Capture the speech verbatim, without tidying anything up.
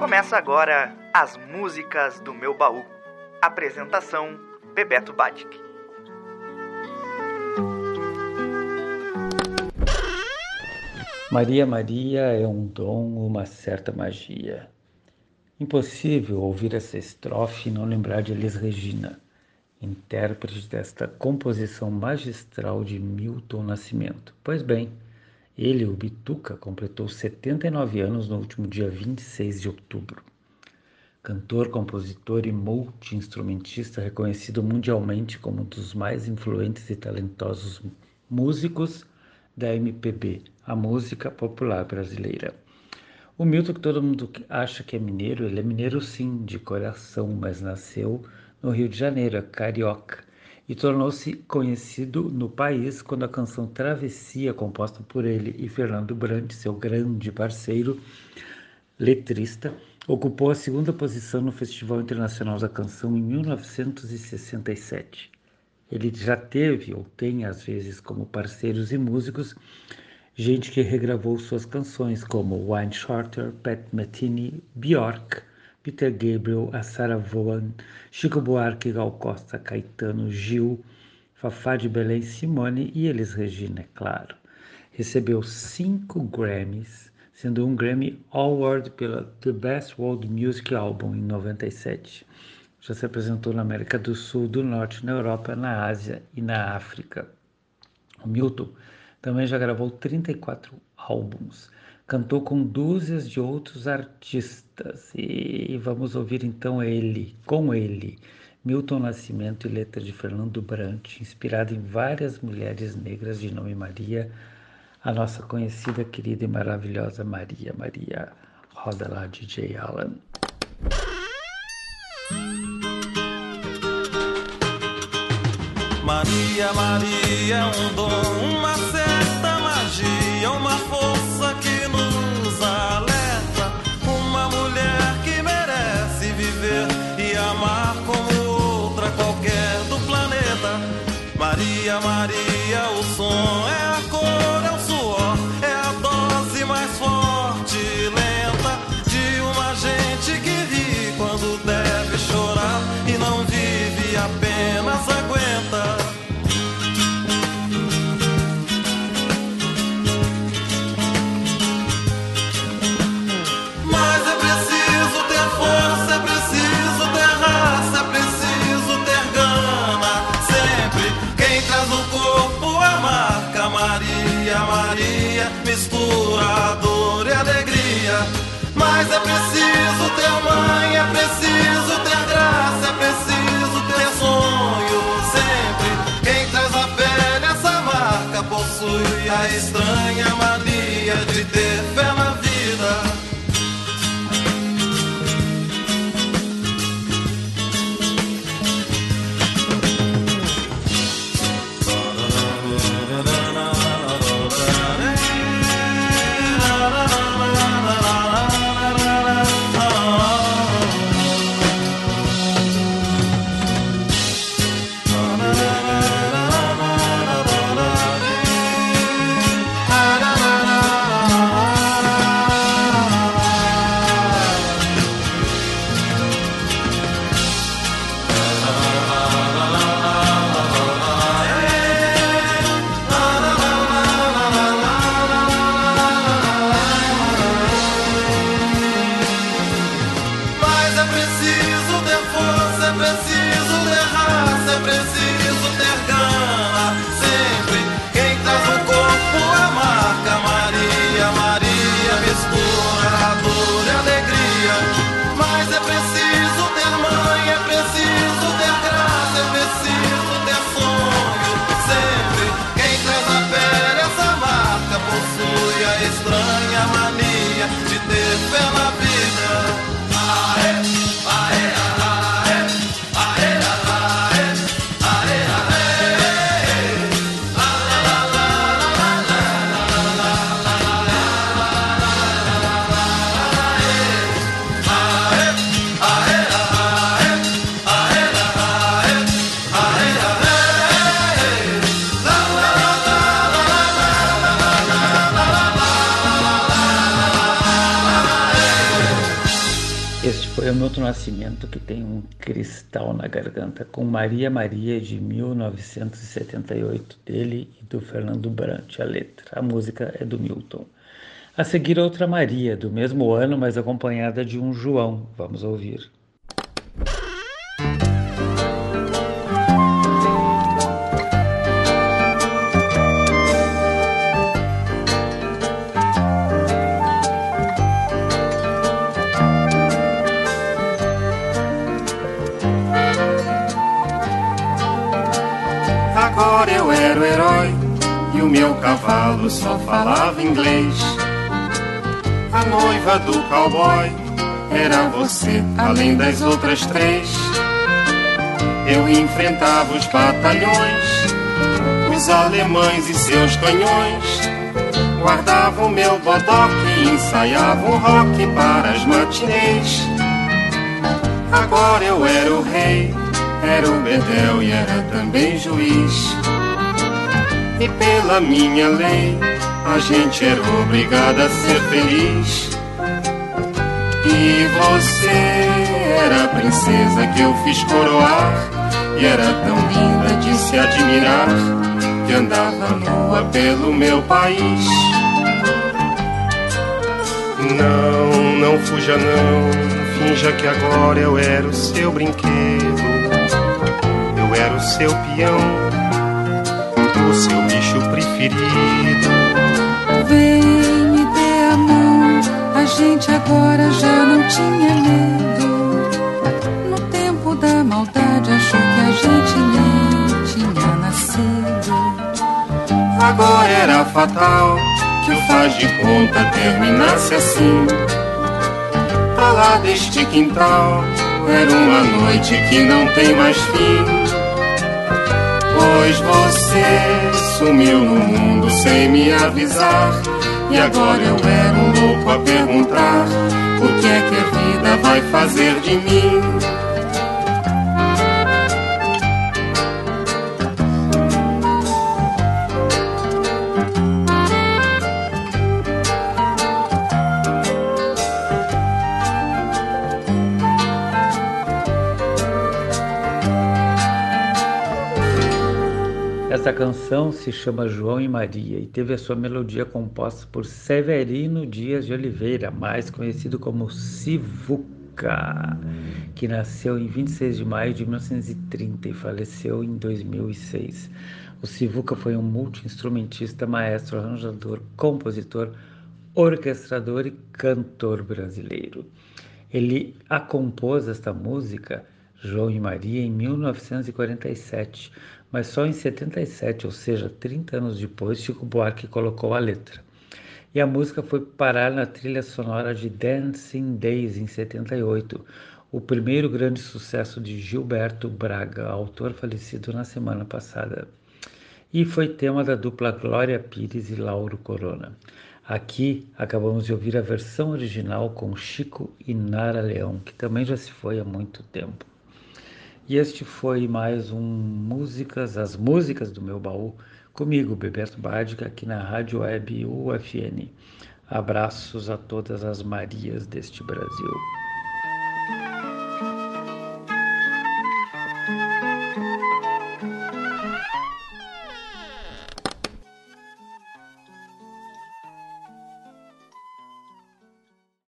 Começa agora as músicas do meu baú. Apresentação, Bebeto Batic. Maria, Maria é um dom, uma certa magia. Impossível ouvir essa estrofe e não lembrar de Elis Regina, intérprete desta composição magistral de Milton Nascimento. Pois bem, ele, o Bituca, completou setenta e nove anos no último dia vinte e seis de outubro. Cantor, compositor e multi-instrumentista reconhecido mundialmente como um dos mais influentes e talentosos músicos da M P B, a música popular brasileira. O Milton, que todo mundo acha que é mineiro, ele é mineiro sim, de coração, mas nasceu no Rio de Janeiro, é carioca, e tornou-se conhecido no país quando a canção Travessia, composta por ele e Fernando Brant, seu grande parceiro letrista, ocupou a segunda posição no Festival Internacional da Canção em mil novecentos e sessenta e sete. Ele já teve ou tem, às vezes, como parceiros e músicos, gente que regravou suas canções, como Wayne Shorter, Pat Metheny, Bjork, Peter Gabriel, a Sarah Vaughan, Chico Buarque, Gal Costa, Caetano, Gil, Fafá de Belém, Simone e Elis Regina, é claro. Recebeu cinco Grammys, sendo um Grammy Award pela The Best World Music Album em noventa e sete. Já se apresentou na América do Sul, do Norte, na Europa, na Ásia e na África. O Milton também já gravou trinta e quatro álbuns, cantou com dúzias de outros artistas e vamos ouvir então ele, com ele, Milton Nascimento e letra de Fernando Brant, inspirada em várias mulheres negras de nome Maria, a nossa conhecida, querida e maravilhosa Maria, Maria. Roda lá, D J Alan. Maria, Maria é um dom, uma certa magia, uma força que nos alerta, uma mulher que merece viver e amar como outra qualquer do planeta. Maria, Maria, o som é a cor, é o suor, é a dose mais forte e lenta de uma gente que ri quando deve chorar e não vive, apenas aguenta. Mas é preciso ter força, é preciso ter raça, é preciso ter gana. Sempre quem traz no corpo a marca Maria, Maria, mistura a dor e a alegria. Mas é preciso ter mãe, é preciso ter graça, é preciso ter sonho. Sempre quem traz na pele essa marca possui a estranha mania de ter fé na vida. Este foi o Milton Nascimento, que tem um cristal na garganta, com Maria Maria de mil novecentos e setenta e oito, dele e do Fernando Brant, a letra. A música é do Milton. A seguir, outra Maria, do mesmo ano, mas acompanhada de um João. Vamos ouvir. Agora eu era o herói e o meu cavalo só falava inglês. A noiva do cowboy era você, além das outras três. Eu enfrentava os batalhões, os alemães e seus canhões. Guardava o meu bodoque e ensaiava o rock para as matinês. Agora eu era o rei, era o bedel e era também juiz. E pela minha lei, a gente era obrigada a ser feliz. E você era a princesa que eu fiz coroar, e era tão linda de se admirar, que andava nua pelo meu país. Não, não fuja não, finja que agora eu era o seu brinquedo. Eu era o seu peão, o seu bicho preferido. Vem, me dê a mão, a gente agora já não tinha medo. No tempo da maldade achou que a gente nem tinha nascido. Agora era fatal que o faz de conta terminasse assim. Pra lá deste quintal era uma noite que não tem mais fim. Pois você sumiu no mundo sem me avisar, e agora eu era um louco a perguntar o que é que a vida vai fazer de mim. Essa canção se chama João e Maria e teve a sua melodia composta por Severino Dias de Oliveira, mais conhecido como Sivuca, que nasceu em vinte e seis de maio de mil novecentos e trinta e faleceu em dois mil e seis. O Sivuca foi um multi-instrumentista, maestro, arranjador, compositor, orquestrador e cantor brasileiro. Ele a compôs esta música, João e Maria, em mil novecentos e quarenta e sete, mas só em setenta e sete, ou seja, trinta anos depois, Chico Buarque colocou a letra. E a música foi parar na trilha sonora de Dancing Days, em setenta e oito, o primeiro grande sucesso de Gilberto Braga, autor falecido na semana passada. E foi tema da dupla Glória Pires e Lauro Corona. Aqui acabamos de ouvir a versão original com Chico e Nara Leão, que também já se foi há muito tempo. E este foi mais um Músicas, as Músicas do Meu Baú, comigo, Beberto Badica, aqui na Rádio Web U F N. Abraços a todas as Marias deste Brasil.